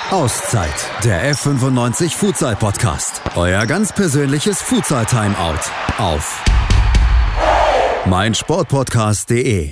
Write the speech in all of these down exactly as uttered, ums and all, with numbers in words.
Auszeit, der F fünfundneunzig Futsal Podcast. Euer ganz persönliches Futsal Timeout auf meinsportpodcast punkt de.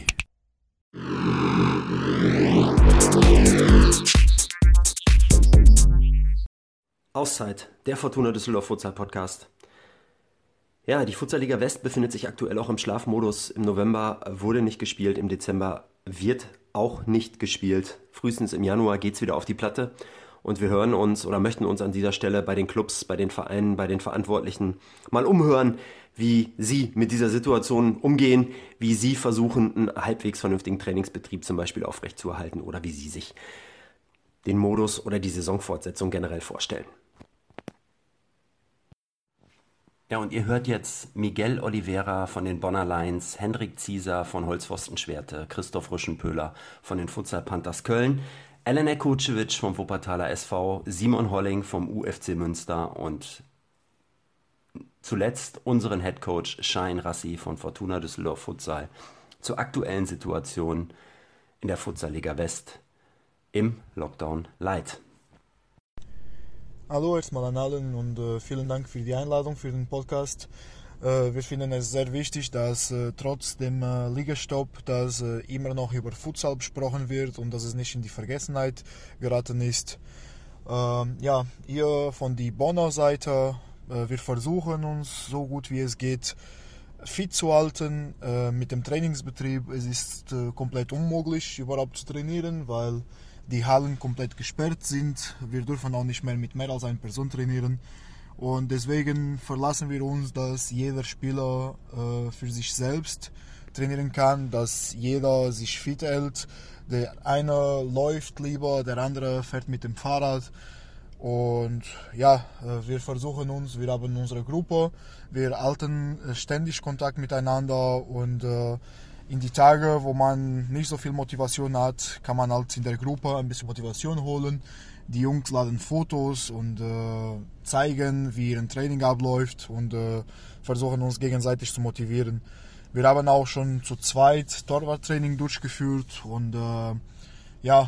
Auszeit, der Fortuna Düsseldorf Futsal Podcast. Ja, die Futsal-Liga West befindet sich aktuell auch im Schlafmodus. Im November wurde nicht gespielt, im Dezember wird auch nicht gespielt. Frühestens im Januar geht's wieder auf die Platte. Und wir hören uns oder möchten uns an dieser Stelle bei den Clubs, bei den Vereinen, bei den Verantwortlichen mal umhören, wie sie mit dieser Situation umgehen, wie sie versuchen, einen halbwegs vernünftigen Trainingsbetrieb zum Beispiel aufrechtzuerhalten oder wie sie sich den Modus oder die Saisonfortsetzung generell vorstellen. Ja, und ihr hört jetzt Miguel Oliveira von den Bonner Lions, Hendrik Zieser von Holzpfosten Schwerte, Christoph Rüschenpöhler von den Futsal Panthers Köln, Elena Kucevic vom Wuppertaler S V, Simon Holling vom U F C Münster und zuletzt unseren Headcoach Shahin Rassi von Fortuna Düsseldorf Futsal zur aktuellen Situation in der Futsal-Liga West im Lockdown Light. Hallo erstmal an allen und äh, vielen Dank für die Einladung für den Podcast. Äh, wir finden es sehr wichtig, dass äh, trotz dem äh, Ligastopp, dass äh, immer noch über Futsal besprochen wird und dass es nicht in die Vergessenheit geraten ist. Äh, ja, ihr von der Bonner Seite, äh, wir versuchen uns so gut wie es geht fit zu halten äh, mit dem Trainingsbetrieb. Es ist äh, komplett unmöglich überhaupt zu trainieren, weil die Hallen komplett gesperrt sind. Wir dürfen auch nicht mehr mit mehr als einer Person trainieren. Und deswegen verlassen wir uns, dass jeder Spieler äh, für sich selbst trainieren kann, dass jeder sich fit hält. Der eine läuft lieber, der andere fährt mit dem Fahrrad. Und ja, äh, wir versuchen uns, wir haben unsere Gruppe, wir halten äh, ständig Kontakt miteinander und äh, in die Tage, wo man nicht so viel Motivation hat, kann man halt in der Gruppe ein bisschen Motivation holen. Die Jungs laden Fotos und äh, zeigen, wie ihr Training abläuft und äh, versuchen uns gegenseitig zu motivieren. Wir haben auch schon zu zweit Torwarttraining durchgeführt und äh, ja,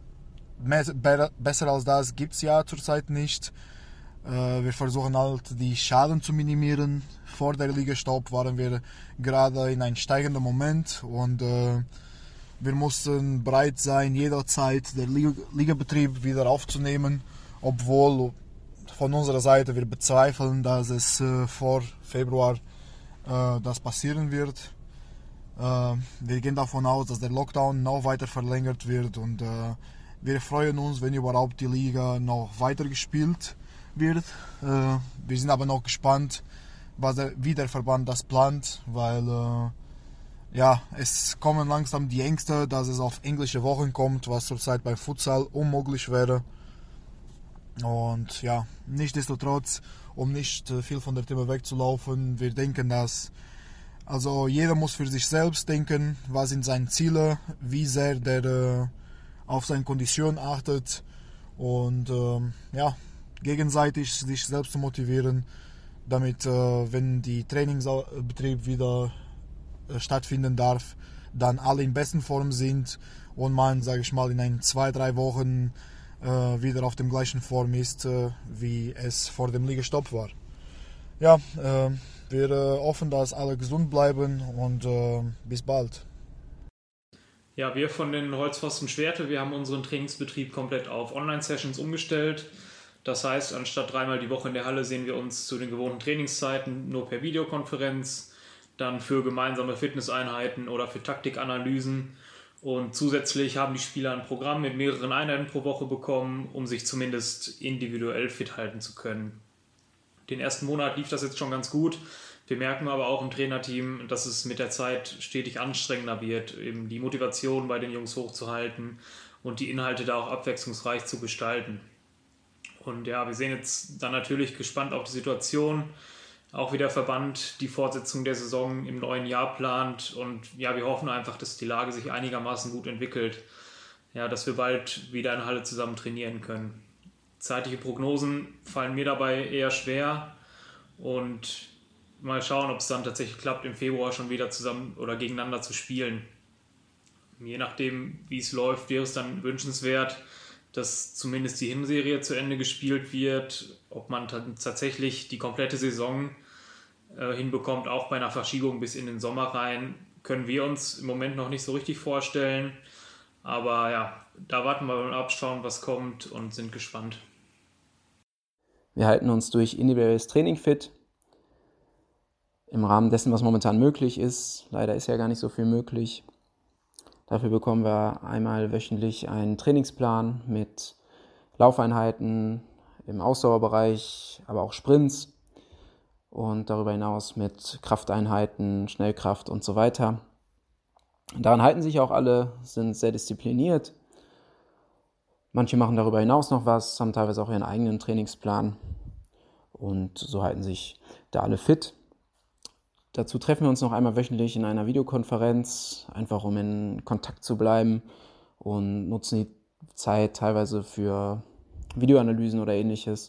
mehr, besser als das gibt es ja zurzeit nicht. Wir versuchen halt die Schaden zu minimieren. Vor der Ligastopp waren wir gerade in einem steigenden Moment und äh, wir mussten bereit sein, jederzeit den Ligabetrieb wieder aufzunehmen, obwohl von unserer Seite wir bezweifeln, dass es äh, vor Februar äh, das passieren wird. Äh, wir gehen davon aus, dass der Lockdown noch weiter verlängert wird und äh, wir freuen uns, wenn überhaupt die Liga noch weiter gespielt wird. Äh, wir sind aber noch gespannt, was der, wie der Verband das plant, weil äh, ja, es kommen langsam die Ängste, dass es auf englische Wochen kommt, was zurzeit beim Futsal unmöglich wäre. Und ja, nichtsdestotrotz, um nicht viel von der Thema wegzulaufen, wir denken, dass also jeder muss für sich selbst denken, was sind seine Ziele, wie sehr der äh, auf seine Kondition achtet und äh, ja, gegenseitig sich selbst zu motivieren, damit, äh, wenn die Trainingsbetrieb wieder äh, stattfinden darf, dann alle in besten Form sind und man, sage ich mal, in ein, zwei, drei Wochen äh, wieder auf dem gleichen Form ist, äh, wie es vor dem Ligastopp war. Ja, äh, wir äh, hoffen, dass alle gesund bleiben und äh, bis bald. Ja, wir von den Holzpfosten Schwerte, wir haben unseren Trainingsbetrieb komplett auf Online-Sessions umgestellt. Das heißt, anstatt dreimal die Woche in der Halle sehen wir uns zu den gewohnten Trainingszeiten nur per Videokonferenz, dann für gemeinsame Fitnesseinheiten oder für Taktikanalysen. Und zusätzlich haben die Spieler ein Programm mit mehreren Einheiten pro Woche bekommen, um sich zumindest individuell fit halten zu können. Den ersten Monat lief das jetzt schon ganz gut. Wir merken aber auch im Trainerteam, dass es mit der Zeit stetig anstrengender wird, eben die Motivation bei den Jungs hochzuhalten und die Inhalte da auch abwechslungsreich zu gestalten. Und ja, wir sehen jetzt dann natürlich gespannt auf die Situation, auch wie der Verband die Fortsetzung der Saison im neuen Jahr plant. Und ja, wir hoffen einfach, dass die Lage sich einigermaßen gut entwickelt, ja, dass wir bald wieder in Halle zusammen trainieren können. Zeitliche Prognosen fallen mir dabei eher schwer und mal schauen, ob es dann tatsächlich klappt, im Februar schon wieder zusammen oder gegeneinander zu spielen. Je nachdem, wie es läuft, wäre es dann wünschenswert, dass zumindest die Hinserie zu Ende gespielt wird. Ob man t- tatsächlich die komplette Saison äh, hinbekommt, auch bei einer Verschiebung bis in den Sommer rein, können wir uns im Moment noch nicht so richtig vorstellen. Aber ja, da warten wir mal ab, schauen, was kommt und sind gespannt. Wir halten uns durch individuelles Training fit, im Rahmen dessen, was momentan möglich ist. Leider ist ja gar nicht so viel möglich. Dafür bekommen wir einmal wöchentlich einen Trainingsplan mit Laufeinheiten im Ausdauerbereich, aber auch Sprints und darüber hinaus mit Krafteinheiten, Schnellkraft und so weiter. Daran halten sich auch alle, sind sehr diszipliniert. Manche machen darüber hinaus noch was, haben teilweise auch ihren eigenen Trainingsplan und so halten sich da alle fit. Dazu treffen wir uns noch einmal wöchentlich in einer Videokonferenz, einfach um in Kontakt zu bleiben und nutzen die Zeit teilweise für Videoanalysen oder ähnliches.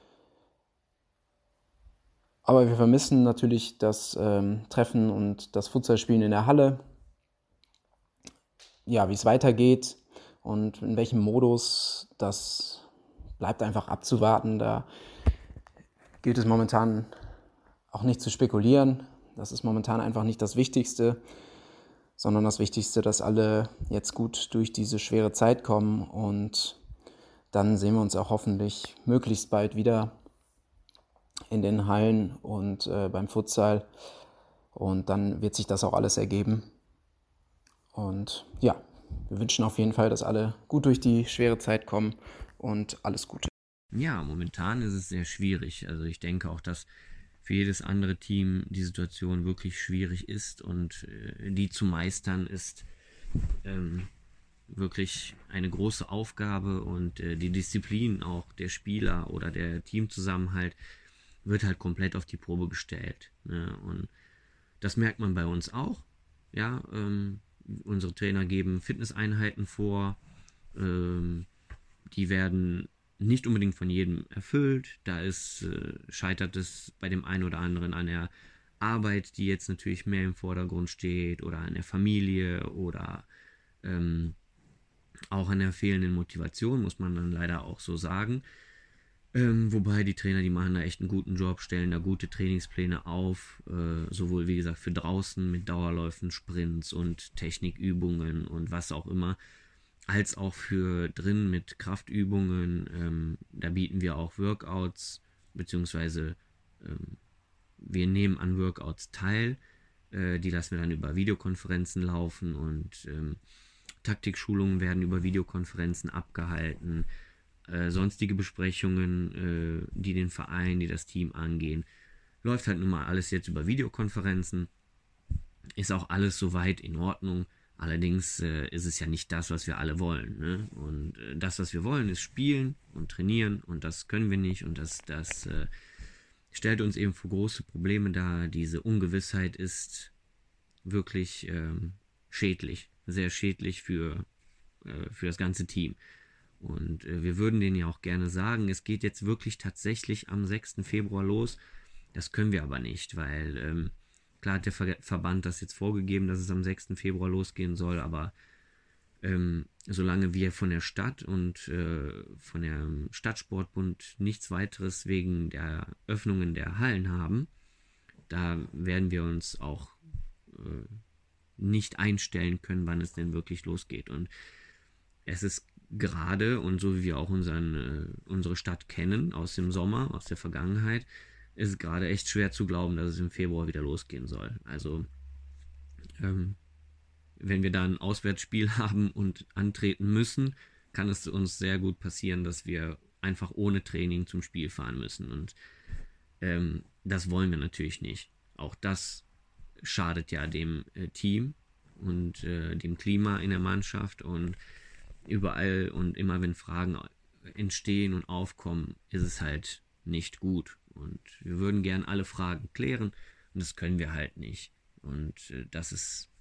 Aber wir vermissen natürlich das ähm, Treffen und das Futsalspielen in der Halle. Ja, wie es weitergeht und in welchem Modus, das bleibt einfach abzuwarten. Da gilt es momentan auch nicht zu spekulieren. Das ist momentan einfach nicht das Wichtigste, sondern das Wichtigste, dass alle jetzt gut durch diese schwere Zeit kommen und dann sehen wir uns auch hoffentlich möglichst bald wieder in den Hallen und äh, beim Futsal und dann wird sich das auch alles ergeben. Und ja, wir wünschen auf jeden Fall, dass alle gut durch die schwere Zeit kommen und alles Gute. Ja, momentan ist es sehr schwierig. Also ich denke auch, dass für jedes andere Team die Situation wirklich schwierig ist und äh, die zu meistern ist ähm, wirklich eine große Aufgabe und äh, die Disziplin auch der Spieler oder der Teamzusammenhalt wird halt komplett auf die Probe gestellt. Ne? Und das merkt man bei uns auch. Ja, ähm, unsere Trainer geben Fitnesseinheiten vor, ähm, die werden nicht unbedingt von jedem erfüllt. Da ist, äh, scheitert es bei dem einen oder anderen an der Arbeit, die jetzt natürlich mehr im Vordergrund steht, oder an der Familie oder ähm, auch an der fehlenden Motivation, muss man dann leider auch so sagen. Ähm, wobei die Trainer, die machen da echt einen guten Job, stellen da gute Trainingspläne auf, äh, sowohl wie gesagt für draußen mit Dauerläufen, Sprints und Technikübungen und was auch immer, als auch für drin mit Kraftübungen. Ähm, da bieten wir auch Workouts, beziehungsweise ähm, wir nehmen an Workouts teil. Äh, die lassen wir dann über Videokonferenzen laufen und ähm, Taktikschulungen werden über Videokonferenzen abgehalten. Äh, sonstige Besprechungen, äh, die den Verein, die das Team angehen, läuft halt nun mal alles jetzt über Videokonferenzen. Ist auch alles soweit in Ordnung. Allerdings äh, ist es ja nicht das, was wir alle wollen. Ne? Und äh, das, was wir wollen, ist spielen und trainieren und das können wir nicht und das, das äh, stellt uns eben vor große Probleme dar. Diese Ungewissheit ist wirklich ähm, schädlich, sehr schädlich für, äh, für das ganze Team. Und äh, wir würden denen ja auch gerne sagen, es geht jetzt wirklich tatsächlich am sechsten Februar los. Das können wir aber nicht, weil ähm, klar hat der Ver- Verband das jetzt vorgegeben, dass es am sechsten Februar losgehen soll, aber ähm, solange wir von der Stadt und äh, von dem Stadtsportbund nichts weiteres wegen der Öffnungen der Hallen haben, da werden wir uns auch äh, nicht einstellen können, wann es denn wirklich losgeht. Und es ist gerade, und so wie wir auch unseren, äh, unsere Stadt kennen aus dem Sommer, aus der Vergangenheit, ist es gerade echt schwer zu glauben, dass es im Februar wieder losgehen soll. Also ähm, wenn wir da ein Auswärtsspiel haben und antreten müssen, kann es uns sehr gut passieren, dass wir einfach ohne Training zum Spiel fahren müssen. Und ähm, das wollen wir natürlich nicht. Auch das schadet ja dem äh, Team und äh, dem Klima in der Mannschaft. Und überall und immer wenn Fragen entstehen und aufkommen, ist es halt nicht gut. Und wir würden gern alle Fragen klären und das können wir halt nicht. Und äh, das ist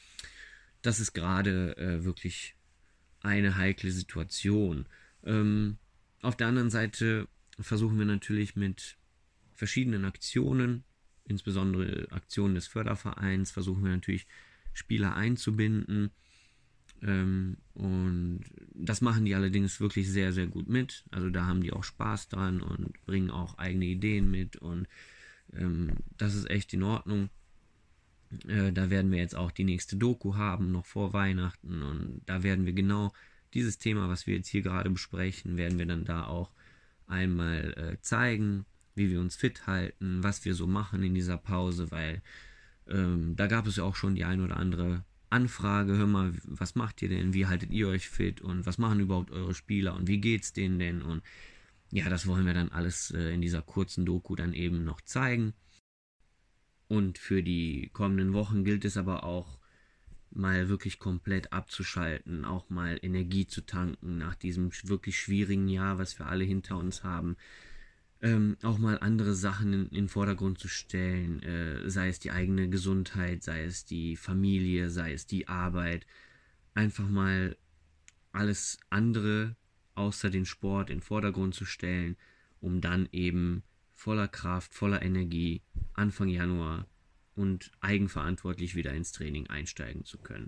das ist gerade äh, wirklich eine heikle Situation. Ähm, auf der anderen Seite versuchen wir natürlich mit verschiedenen Aktionen, insbesondere Aktionen des Fördervereins, versuchen wir natürlich Spieler einzubinden. Ähm, und das machen die allerdings wirklich sehr, sehr gut mit. Also da haben die auch Spaß dran und bringen auch eigene Ideen mit. Und ähm, das ist echt in Ordnung. Äh, da werden wir jetzt auch die nächste Doku haben, noch vor Weihnachten. Und da werden wir genau dieses Thema, was wir jetzt hier gerade besprechen, werden wir dann da auch einmal äh, zeigen, wie wir uns fit halten, was wir so machen in dieser Pause, weil ähm, da gab es ja auch schon die ein oder andere Anfrage, hör mal, was macht ihr denn, wie haltet ihr euch fit und was machen überhaupt eure Spieler und wie geht's denen denn? Und ja, das wollen wir dann alles äh, in dieser kurzen Doku dann eben noch zeigen. Und für die kommenden Wochen gilt es aber auch, mal wirklich komplett abzuschalten, auch mal Energie zu tanken nach diesem wirklich schwierigen Jahr, was wir alle hinter uns haben. Ähm, auch mal andere Sachen in, in den Vordergrund zu stellen, äh, sei es die eigene Gesundheit, sei es die Familie, sei es die Arbeit. Einfach mal alles andere außer den Sport in den Vordergrund zu stellen, um dann eben voller Kraft, voller Energie Anfang Januar und eigenverantwortlich wieder ins Training einsteigen zu können.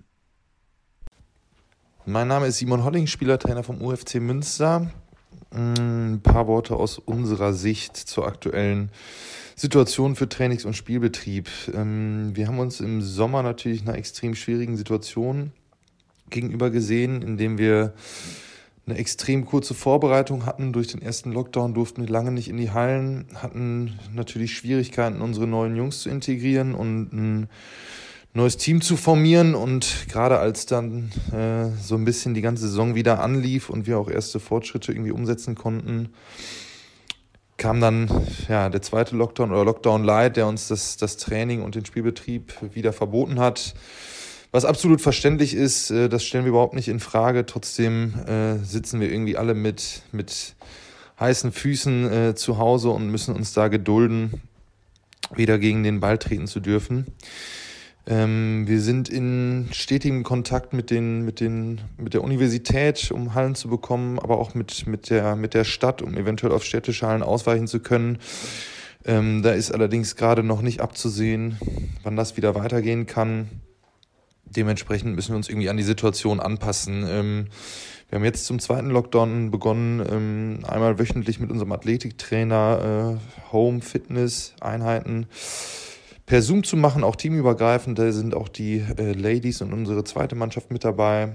Mein Name ist Simon Holling, Spielertrainer vom U F C Münster. Ein paar Worte aus unserer Sicht zur aktuellen Situation für Trainings- und Spielbetrieb. Wir haben uns im Sommer natürlich einer extrem schwierigen Situation gegenüber gesehen, indem wir eine extrem kurze Vorbereitung hatten. Durch den ersten Lockdown durften wir lange nicht in die Hallen, hatten natürlich Schwierigkeiten, unsere neuen Jungs zu integrieren und ein neues Team zu formieren. Und gerade als dann äh, so ein bisschen die ganze Saison wieder anlief und wir auch erste Fortschritte irgendwie umsetzen konnten, kam dann ja der zweite Lockdown oder Lockdown Light, der uns das, das Training und den Spielbetrieb wieder verboten hat. Was absolut verständlich ist, das stellen wir überhaupt nicht in Frage. Trotzdem äh, sitzen wir irgendwie alle mit, mit heißen Füßen äh, zu Hause und müssen uns da gedulden, wieder gegen den Ball treten zu dürfen. Ähm, wir sind in stetigem Kontakt mit den, mit den, mit der Universität, um Hallen zu bekommen, aber auch mit, mit der, mit der Stadt, um eventuell auf städtische Hallen ausweichen zu können. Ähm, da ist allerdings gerade noch nicht abzusehen, wann das wieder weitergehen kann. Dementsprechend müssen wir uns irgendwie an die Situation anpassen. Ähm, wir haben jetzt zum zweiten Lockdown begonnen, ähm, einmal wöchentlich mit unserem Athletiktrainer äh, Home-Fitness-Einheiten per Zoom zu machen, auch teamübergreifend. Da sind auch die äh, Ladies und unsere zweite Mannschaft mit dabei.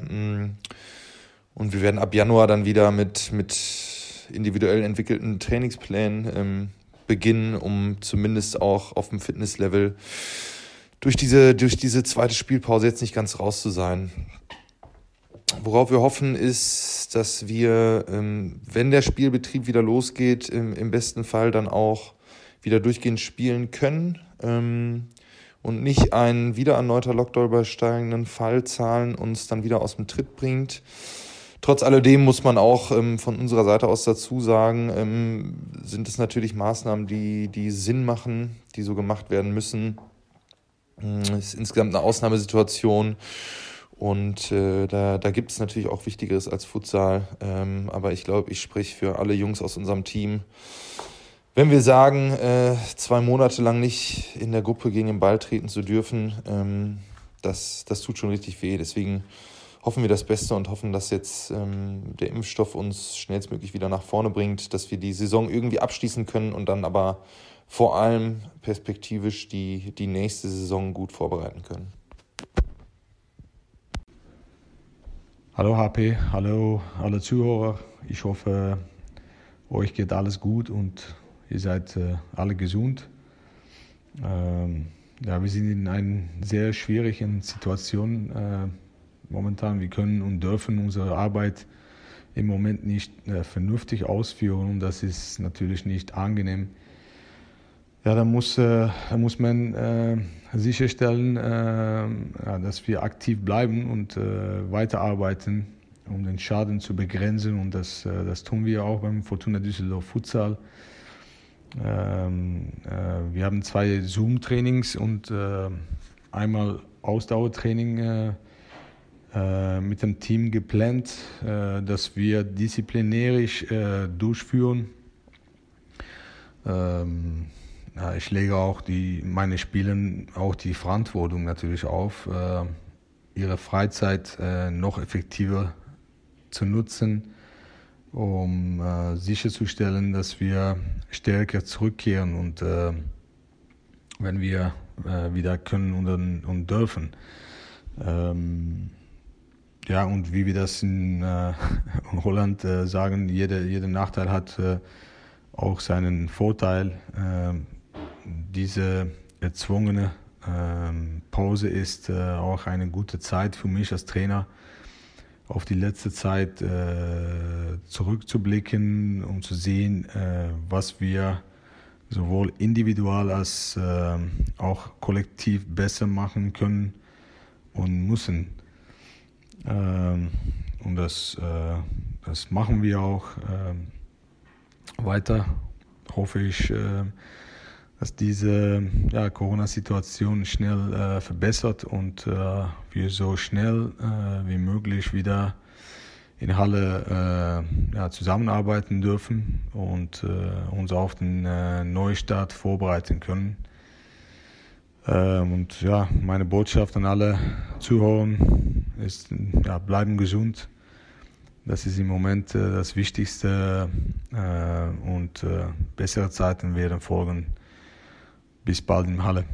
Und wir werden ab Januar dann wieder mit, mit individuell entwickelten Trainingsplänen ähm, beginnen, um zumindest auch auf dem Fitnesslevel durch diese, durch diese zweite Spielpause jetzt nicht ganz raus zu sein. Worauf wir hoffen, ist, dass wir, ähm, wenn der Spielbetrieb wieder losgeht, im, im besten Fall dann auch wieder durchgehend spielen können ähm, und nicht ein wieder erneuter Lockdown bei steigenden Fallzahlen uns dann wieder aus dem Tritt bringt. Trotz alledem muss man auch ähm, von unserer Seite aus dazu sagen, ähm, sind es natürlich Maßnahmen, die, die Sinn machen, die so gemacht werden müssen. Es ist insgesamt eine Ausnahmesituation und äh, da, da gibt es natürlich auch Wichtigeres als Futsal. Ähm, aber ich glaube, ich spreche für alle Jungs aus unserem Team. Wenn wir sagen, äh, zwei Monate lang nicht in der Gruppe gegen den Ball treten zu dürfen, ähm, das, das tut schon richtig weh. Deswegen hoffen wir das Beste und hoffen, dass jetzt ähm, der Impfstoff uns schnellstmöglich wieder nach vorne bringt, dass wir die Saison irgendwie abschließen können und dann aber vor allem perspektivisch die, die nächste Saison gut vorbereiten können. Hallo H P, hallo alle Zuhörer. Ich hoffe, euch geht alles gut und ihr seid äh, alle gesund. Ähm, ja, wir sind in einer sehr schwierigen Situation äh, momentan. Wir können und dürfen unsere Arbeit im Moment nicht äh, vernünftig ausführen und das ist natürlich nicht angenehm. Ja, da muss, äh, da muss man äh, sicherstellen, äh, ja, dass wir aktiv bleiben und äh, weiterarbeiten, um den Schaden zu begrenzen. Und das, äh, das tun wir auch beim Fortuna Düsseldorf Futsal. Ähm, äh, wir haben zwei Zoom-Trainings und äh, einmal Ausdauertraining äh, äh, mit dem Team geplant, äh, das wir disziplinarisch äh, durchführen. Ähm, Ich lege auch die, meine Spielern auch die Verantwortung natürlich auf, äh, ihre Freizeit äh, noch effektiver zu nutzen, um äh, sicherzustellen, dass wir stärker zurückkehren und äh, wenn wir äh, wieder können und, und dürfen. Ähm, ja, und wie wir das in, äh, in Holland äh, sagen, jeder, jeder Nachteil hat äh, auch seinen Vorteil. Äh, diese erzwungene äh, Pause ist äh, auch eine gute Zeit für mich als Trainer, auf die letzte Zeit äh, zurückzublicken, um zu sehen, äh, was wir sowohl individual als äh, auch kollektiv besser machen können und müssen. Ähm, und das, äh, das machen wir auch äh, weiter. Hoffe ich, äh, dass diese ja, Corona-Situation schnell äh, verbessert und äh, wir so schnell äh, wie möglich wieder in Halle äh, ja, zusammenarbeiten dürfen und äh, uns auf den äh, Neustart vorbereiten können. Ähm, und ja, meine Botschaft an alle Zuhörer ist, ja, bleiben gesund. Das ist im Moment äh, das Wichtigste äh, und äh, bessere Zeiten werden folgen. Bis bald in Halle.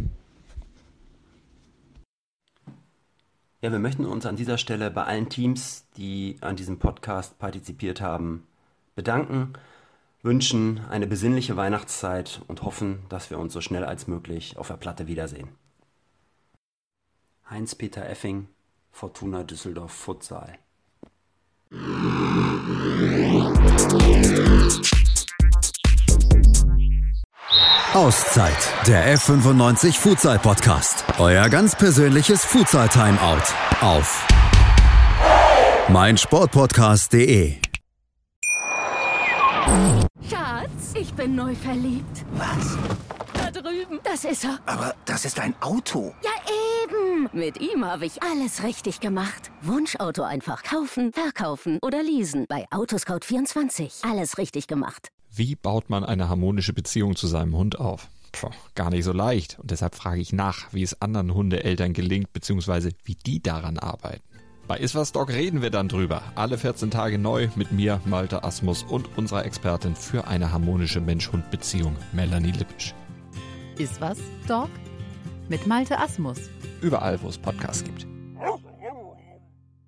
Ja, wir möchten uns an dieser Stelle bei allen Teams, die an diesem Podcast partizipiert haben, bedanken, wünschen eine besinnliche Weihnachtszeit und hoffen, dass wir uns so schnell als möglich auf der Platte wiedersehen. Heinz-Peter Effing, Fortuna Düsseldorf Futsal. Auszeit, der F fünfundneunzig Futsal Podcast. Euer ganz persönliches Futsal Timeout auf meinsportpodcast punkt de. Schatz, ich bin neu verliebt. Was? Da drüben. Das ist er. Aber das ist ein Auto. Ja, eben. Mit ihm habe ich alles richtig gemacht. Wunschauto einfach kaufen, verkaufen oder leasen. Bei Autoscout vierundzwanzig. Alles richtig gemacht. Wie baut man eine harmonische Beziehung zu seinem Hund auf? Puh, gar nicht so leicht. Und deshalb frage ich nach, wie es anderen Hundeeltern gelingt, beziehungsweise wie die daran arbeiten. Bei Iswas Dog reden wir dann drüber. Alle vierzehn Tage neu mit mir, Malte Asmus und unserer Expertin für eine harmonische Mensch-Hund-Beziehung, Melanie Lippisch. Iswas Dog mit Malte Asmus. Überall, wo es Podcasts gibt.